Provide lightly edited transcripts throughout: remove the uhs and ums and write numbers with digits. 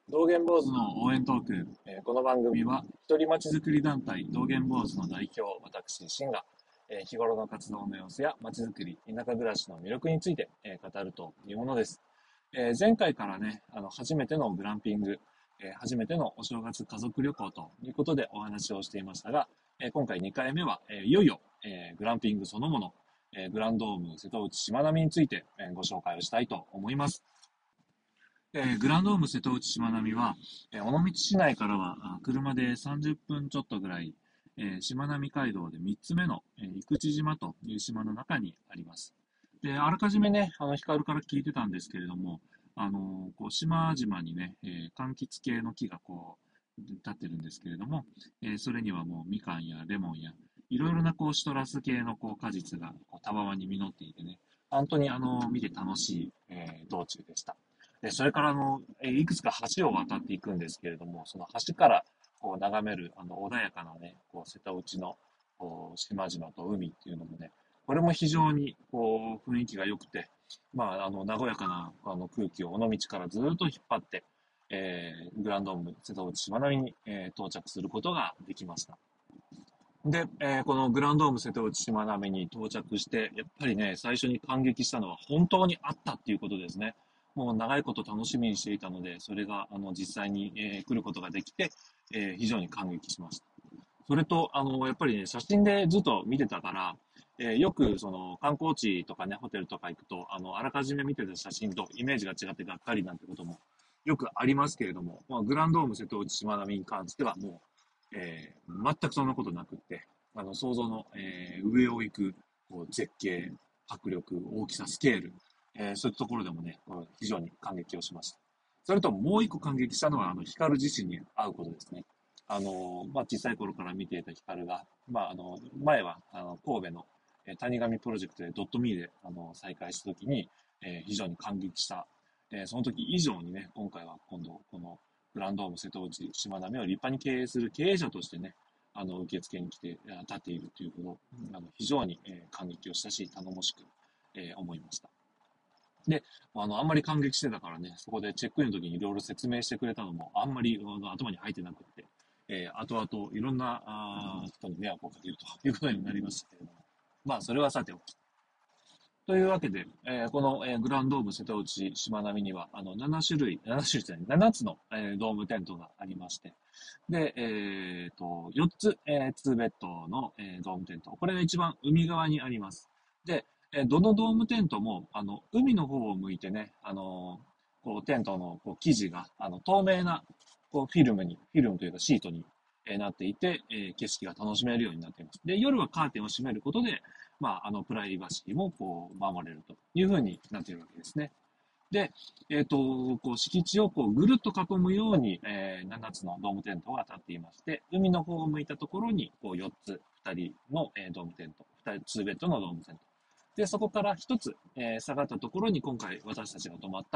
道元坊主の応援トーク、この番組は一人まちづくり団体道元坊主の代表私シンが、日頃の活動の様子やまちづくり田舎暮らしの魅力について、語るというものです。前回からね初めてのグランピング、初めてのお正月家族旅行ということでお話をしていましたが、今回2回目は、いよいよ、グランピングそのもの、グランドーム瀬戸内しまなみについて、ご紹介をしたいと思います。グランドーム瀬戸内しまなみは、尾道市内からは車で30分ちょっとぐらい、しまなみ海道で3つ目の、生口島という島の中にあります。で、あらかじめね、ヒカルから聞いてたんですけれども、こう島々にね、柑橘系の木がこう立ってるんですけれども、それにはもうみかんやレモンやいろいろなこうシトラス系のこう果実がこうたわわに実っていてね、本当に見て楽しい、道中でした。で、それからいくつか橋を渡っていくんですけれども、その橋からこう眺める穏やかなね、こう瀬戸内のこう島々と海っていうのもね、これも非常にこう雰囲気が良くて、和やかな空気を尾道からずっと引っ張って、グランドーム瀬戸内しまなみに、到着することができました。で、このグランドーム瀬戸内しまなみに到着して、やっぱりね、最初に感激したのは本当にあったっていうことですね。もう長いこと楽しみにしていたので、それが実際に、来ることができて、非常に感激しました。それと、やっぱりね、写真でずっと見てたから、よくその観光地とかね、ホテルとか行くと、あらかじめ見てた写真とイメージが違ってがっかりなんてこともよくありますけれども、グランドーム瀬戸内しまなみに関してはもう、全くそんなことなくって、想像の、上を行くこう絶景、迫力、大きさ、スケール、そういったところでもね、非常に感激をしました。それともう一個感激したのは、ヒカル自身に会うことですね。小さい頃から見ていたヒカルが、前は、神戸の、谷上プロジェクトでドットミーで、再開したときに、非常に感激した。その時以上にね、今回は今度、このグランドーム瀬戸内しまなみを立派に経営する経営者としてね、受付に来て、立っているということ、非常に、感激をしたし、頼もしく、思いました。で、あんまり感激してたからね、そこでチェックインの時にいろいろ説明してくれたのも、あんまり頭に入ってなくって、後々いろんな人に迷惑をかけるということになりましたけれども、まあ、それはさておき。というわけで、この、グランドーム瀬戸内しまなみには、7種類じゃない、7つの、ドームテントがありまして、で、4つ、2ベッドの、ドームテント。これが一番海側にあります。で、どのドームテントも、海の方を向いてね、こう、テントのこう生地が、透明な、こう、フィルムというかシートに、なっていて、景色が楽しめるようになっています。で、夜はカーテンを閉めることで、プライバシーも、こう、守れるというふうになっているわけですね。で、こう敷地をこうぐるっと囲むように、7つのドームテントが立っていまして、海の方を向いたところにこう4つ、2人の、ドームテント、2つベッドのドームテント。で、そこから1つ、下がったところに今回私たちが泊まった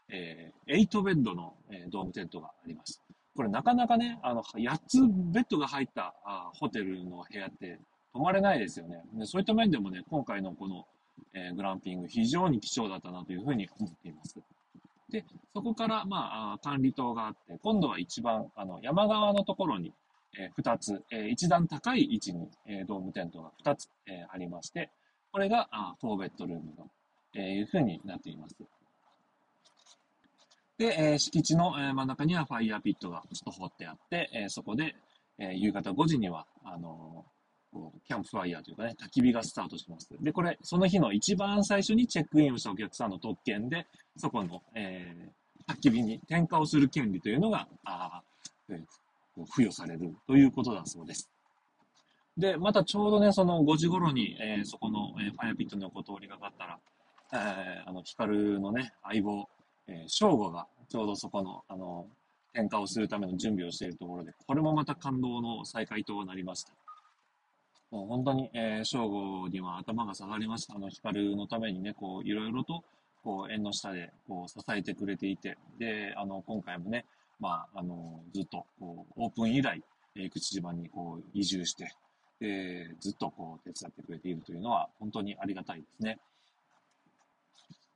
、8ベッドの、ドームテントがあります。これなかなかね、8つベッドが入ったホテルの部屋って泊まれないですよね。でそういった面でもね、今回のこのグランピング、非常に貴重だったなというふうに思っています。で、そこから、管理棟があって、今度は一番、山側のところに、2つ、一段高い位置に、ドームテントが2つ、ありまして、これが、4ベッドルームと、いうふうになっています。で、敷地の、真ん中にはファイヤーピットがちょっと掘ってあって、そこで、夕方5時には、キャンプファイヤーというかね、焚き火がスタートします。で、これ、その日の一番最初にチェックインをしたお客さんの特権で、そこの、焚き火に点火をする権利というのが、付与されるということだそうです。で、またちょうどね、その5時頃に、そこの、ファイヤーピットの横通りがかったら、ヒカルのね、相棒、正吾がちょうどそこの、点火をするための準備をしているところで、これもまた感動の再会となりました。もう本当に、正吾には頭が下がりました。ヒカルのためにね、こう、いろいろと、こう、縁の下で、こう、支えてくれていて、で、今回もね、ずっと、こう、オープン以来、口島に、こう、移住して、ずっと、こう、手伝ってくれているというのは、本当にありがたいですね。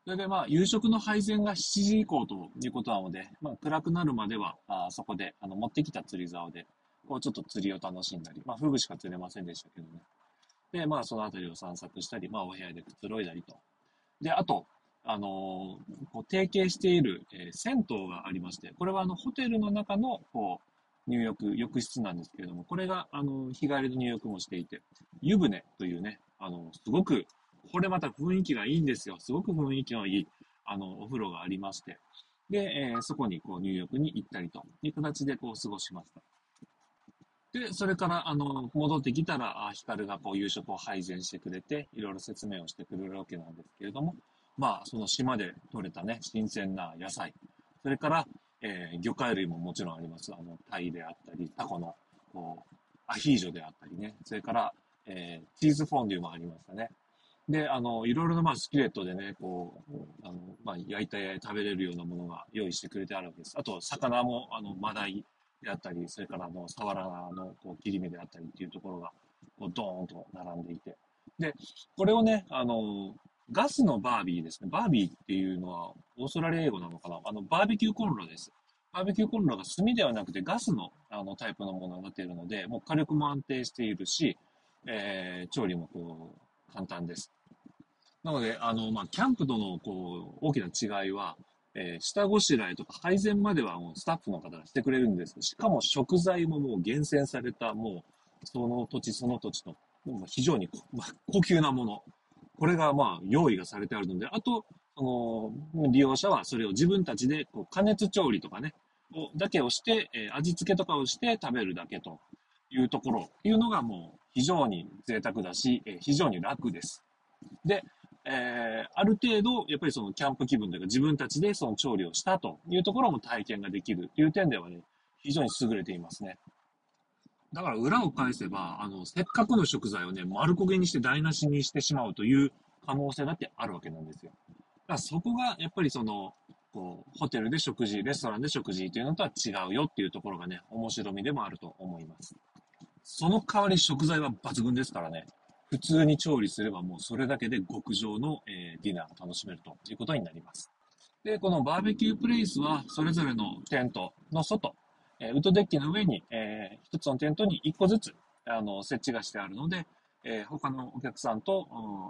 それで夕食の配膳が7時以降ということなので、暗くなるまでは、そこで、持ってきた釣り竿で、こうちょっと釣りを楽しんだり、フグしか釣れませんでしたけどね。で、そのあたりを散策したり、お部屋でくつろいだりと。で、あと、こう提携している、銭湯がありまして、これはホテルの中の、浴室なんですけれども、これが、日帰りの入浴もしていて、湯船というね、すごく、これまた雰囲気がいいんですよ。すごく雰囲気のいい、お風呂がありまして、で、そこにこう入浴に行ったりという形でこう過ごしました。で、それから、戻ってきたら、ヒカルがこう夕食を配膳してくれて、いろいろ説明をしてくれるわけなんですけれども、その島で採れたね、新鮮な野菜、それから、魚介類ももちろんあります。タイであったり、タコの、こう、アヒージョであったりね、それから、チーズフォンデュもありましたね。で、いろいろな、スキレットでね、こう、焼いて食べれるようなものが用意してくれてあるわけです。あと、魚も、マダイであったり、それから、サワラの、こう、切り身であったりっていうところが、こう、ドーンと並んでいて。で、これをね、ガスのバービーですね。バービーっていうのは、オーストラリア英語なのかな、バーベキューコンロです。バーベキューコンロが炭ではなくてガスの、タイプのものになっているので、もう火力も安定しているし、調理もこう、簡単です。なので、キャンプとの、こう、大きな違いは、下ごしらえとか配膳まではもうスタッフの方がしてくれるんです。しかも食材ももう厳選された、もう、その土地その土地の、もう非常に、高級なもの。これが、用意がされてあるので、あと、その、利用者はそれを自分たちで、こう、加熱調理とかね、だけをして、味付けとかをして食べるだけというところっていうのがもう非常に贅沢だし、非常に楽です。で、ある程度、やっぱりそのキャンプ気分というか自分たちでその調理をしたというところも体験ができるという点ではね、非常に優れていますね。だから裏を返せば、せっかくの食材をね、丸焦げにして台無しにしてしまうという可能性だってあるわけなんですよ。だからそこが、やっぱりその、こう、ホテルで食事、レストランで食事というのとは違うよっていうところがね、面白みでもあると思います。その代わり食材は抜群ですからね。普通に調理すればもうそれだけで極上の、ディナーが楽しめるということになります。で、このバーベキュープレイスはそれぞれのテントの外、ウッドデッキの上に、一つのテントに一個ずつ設置がしてあるので、他のお客さんと、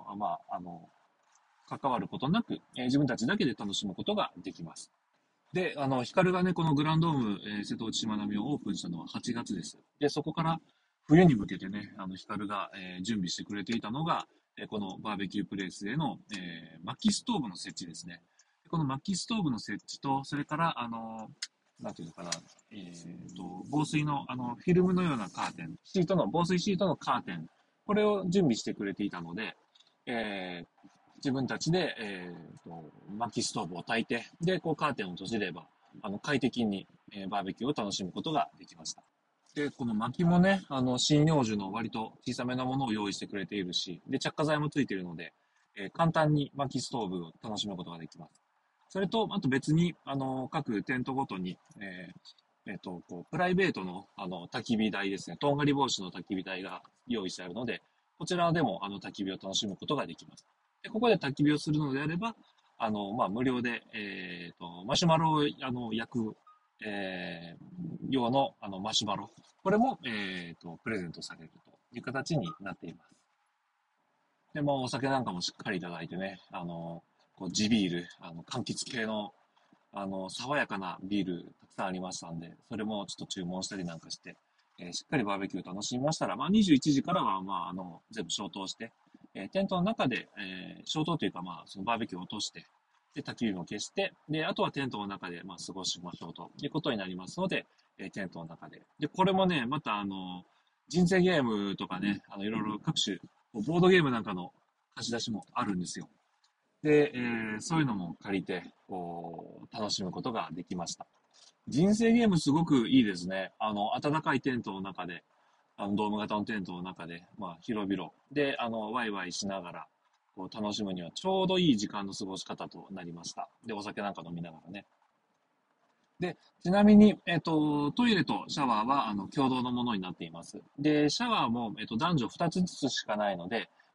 関わることなく、自分たちだけで楽しむことができます。で、ヒカルがね、このグランドーム、瀬戸内しまなみをオープンしたのは8月です。で、そこから冬に向けてね、ヒカルが、準備してくれていたのが、このバーベキュープレイスへの、薪ストーブの設置ですね。この薪ストーブの設置と、それから、なんていうのかな、防水の、フィルムのようなカーテン、防水シートのカーテン、これを準備してくれていたので、自分たちで、薪ストーブを焚いて、で、こうカーテンを閉じれば、快適に、バーベキューを楽しむことができました。で、この薪もね、針葉樹の割と小さめなものを用意してくれているし、で、着火剤もついているので、簡単に薪ストーブを楽しむことができます。それと、あと別に、各テントごとに、こうプライベートの、焚き火台ですね、とんがり防止の焚き火台が用意してあるので、こちらでも、焚き火を楽しむことができます。で、ここで焚き火をするのであれば、無料で、マシュマロを、焼く、用の、マシュマロ。これも、プレゼントされるという形になっています。で、お酒なんかもしっかりいただいてね、こう地ビール、柑橘系の、爽やかなビールたくさんありましたんで、それもちょっと注文したりなんかして、しっかりバーベキュー楽しみましたら、21時からは、全部消灯して、テントの中で、消灯というか、そのバーベキューを落として、で、焚き火も消して、で、あとはテントの中で、過ごしましょうということになりますので、テントの中で。で、これもね、また、人生ゲームとかね、いろいろ各種、ボードゲームなんかの貸し出しもあるんですよ。で、そういうのも借りて、こう、楽しむことができました。人生ゲームすごくいいですね。暖かいテントの中で、ドーム型のテントの中で、広々。で、ワイワイしながら、こう、楽しむにはちょうどいい時間の過ごし方となりました。で、お酒なんか飲みながらね。で、ちなみに、トイレとシャワーは、共同のものになっています。で、シャワーも、男女2つずつしかないので、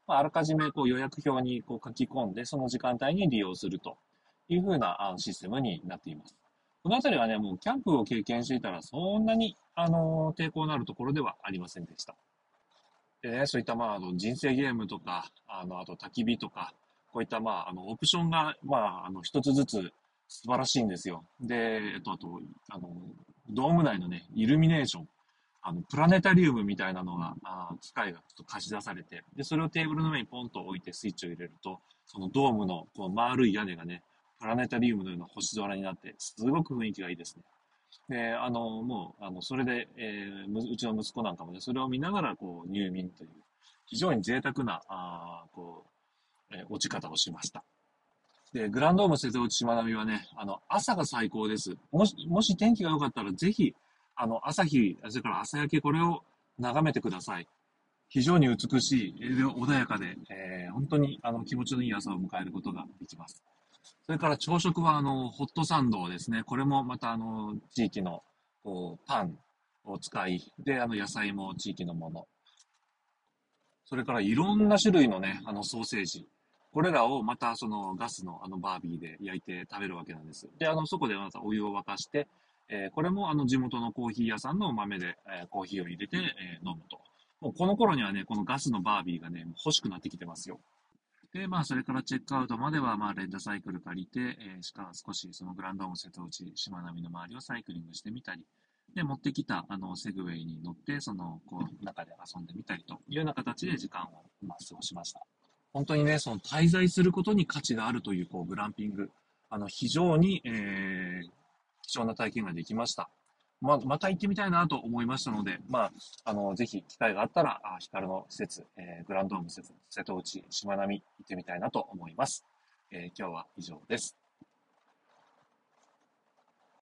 あらかじめこう予約表にこう書き込んで、その時間帯に利用するというふうなシステムになっています。このあたりはね、もうキャンプを経験していたら、そんなに、抵抗のあるところではありませんでした。でね、そういった、人生ゲームとか、あと焚き火とか、こういった、オプションが、一つずつ素晴らしいんですよ。で、あの、ドーム内のね、イルミネーション、プラネタリウムみたいなのが、機械がちょっと貸し出されて、で、それをテーブルの上にポンと置いてスイッチを入れると、そのドームのこう丸い屋根がね、プラネタリウムのような星空になって、すごく雰囲気がいいですね。で、もう、それで、うちの息子なんかもね、それを見ながら、こう、入眠という、非常に贅沢な、落ち方をしました。で、グランドーム瀬戸内しまなみはね、朝が最高です。もし天気が良かったら、ぜひ、朝日、それから朝焼け、これを眺めてください。非常に美しい、穏やかで、本当に、気持ちのいい朝を迎えることができます。それから朝食は、ホットサンドですね。これもまた、地域の、こう、パンを使い、で、野菜も地域のもの。それからいろんな種類のね、ソーセージ。これらをまたそのガスのバービーで焼いて食べるわけなんです。で、そこでまたお湯を沸かして、これも地元のコーヒー屋さんの豆で、コーヒーを入れて、飲むと。もうこの頃にはね、このガスのバービーがね、欲しくなってきてますよ。で、それからチェックアウトまでは、レンタサイクル借りて、少しそのグランドーム瀬戸内、しまなみの周りをサイクリングしてみたり、で、持ってきた、セグウェイに乗って、中で遊んでみたりというような形で時間を、過ごしました。本当にね、その滞在することに価値があるという、グランピング。非常に、貴重な体験ができました。また行ってみたいなと思いましたので、ぜひ機会があったら、ヒカルの施設、グランドーム施設、瀬戸内、しまなみ行ってみたいなと思います。今日は以上です。